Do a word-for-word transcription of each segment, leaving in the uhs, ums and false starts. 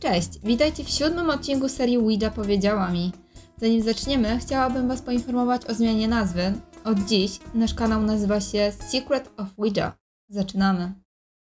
Cześć, witajcie w siódmym odcinku serii Ouija powiedziała mi. Zanim zaczniemy, chciałabym Was poinformować o zmianie nazwy. Od dziś nasz kanał nazywa się Secret of Ouija. Zaczynamy.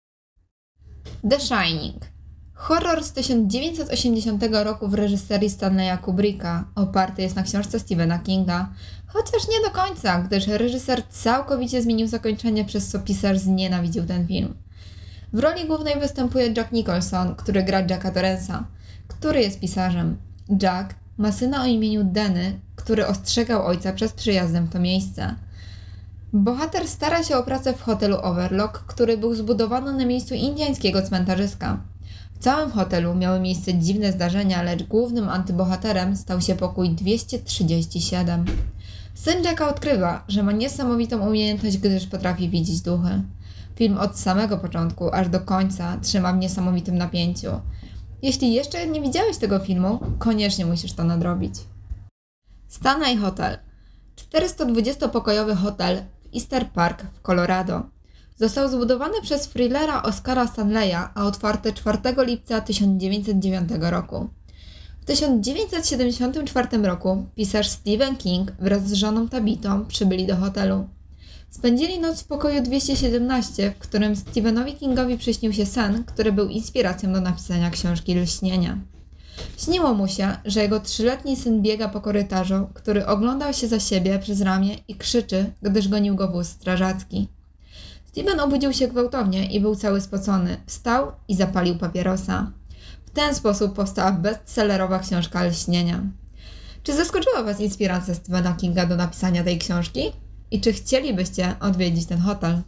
The Shining. Horror z tysiąc dziewięćset osiemdziesiątego roku w reżyserii Stanleya Kubricka. Oparty jest na książce Stephena Kinga. Chociaż nie do końca, gdyż reżyser całkowicie zmienił zakończenie, przez co pisarz znienawidził ten film. W roli głównej występuje Jack Nicholson, który gra Jacka Torrance'a, który jest pisarzem. Jack ma syna o imieniu Denny, który ostrzegał ojca przed przyjazdem w to miejsce. Bohater stara się o pracę w hotelu Overlook, który był zbudowany na miejscu indyjskiego cmentarzyska. W całym hotelu miały miejsce dziwne zdarzenia, lecz głównym antybohaterem stał się pokój dwieście trzydzieści siedem. Syn Jacka odkrywa, że ma niesamowitą umiejętność, gdyż potrafi widzieć duchy. Film od samego początku aż do końca trzyma w niesamowitym napięciu. Jeśli jeszcze nie widziałeś tego filmu, koniecznie musisz to nadrobić. Stanley Hotel. czterystodwudziestopokojowy hotel w Easter Park w Colorado. Został zbudowany przez thrillera Oscara Stanleya, a otwarty czwartego lipca tysiąc dziewięćset dziewiątego roku. W tysiąc dziewięćset siedemdziesiątym czwartym roku pisarz Stephen King wraz z żoną Tabitą przybyli do hotelu. Spędzili noc w pokoju dwieście siedemnaście, w którym Stephenowi Kingowi przyśnił się sen, który był inspiracją do napisania książki Lśnienia. Śniło mu się, że jego trzyletni syn biega po korytarzu, który oglądał się za siebie przez ramię i krzyczy, gdyż gonił go wóz strażacki. Stephen obudził się gwałtownie i był cały spocony, wstał i zapalił papierosa. W ten sposób powstała bestsellerowa książka Lśnienia. Czy zaskoczyła Was inspiracja Stephena Kinga do napisania tej książki? I czy chcielibyście odwiedzić ten hotel?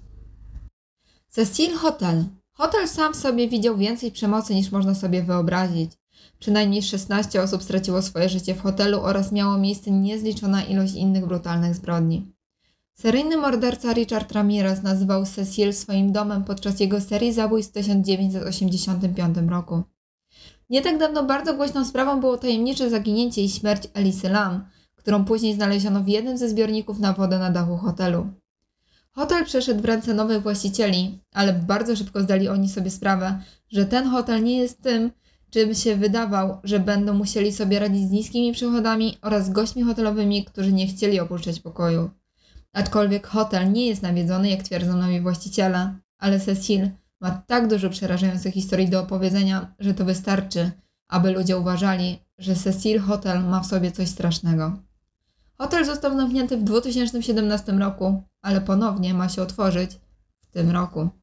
Cecil Hotel. Hotel sam w sobie widział więcej przemocy niż można sobie wyobrazić. Przynajmniej szesnaście osób straciło swoje życie w hotelu oraz miało miejsce niezliczona ilość innych brutalnych zbrodni. Seryjny morderca Richard Ramirez nazywał Cecil swoim domem podczas jego serii zabójstw w tysiąc dziewięćset osiemdziesiątym piątym roku. Nie tak dawno bardzo głośną sprawą było tajemnicze zaginięcie i śmierć Alice Lam, którą później znaleziono w jednym ze zbiorników na wodę na dachu hotelu. Hotel przeszedł w ręce nowych właścicieli, ale bardzo szybko zdali oni sobie sprawę, że ten hotel nie jest tym, czym się wydawał, że będą musieli sobie radzić z niskimi przychodami oraz gośćmi hotelowymi, którzy nie chcieli opuszczać pokoju. Aczkolwiek hotel nie jest nawiedzony, jak twierdzą nowi właściciele, ale Cecil ma tak dużo przerażających historii do opowiedzenia, że to wystarczy, aby ludzie uważali, że Cecil Hotel ma w sobie coś strasznego. Hotel został zamknięty w dwa tysiące siedemnastym roku, ale ponownie ma się otworzyć w tym roku.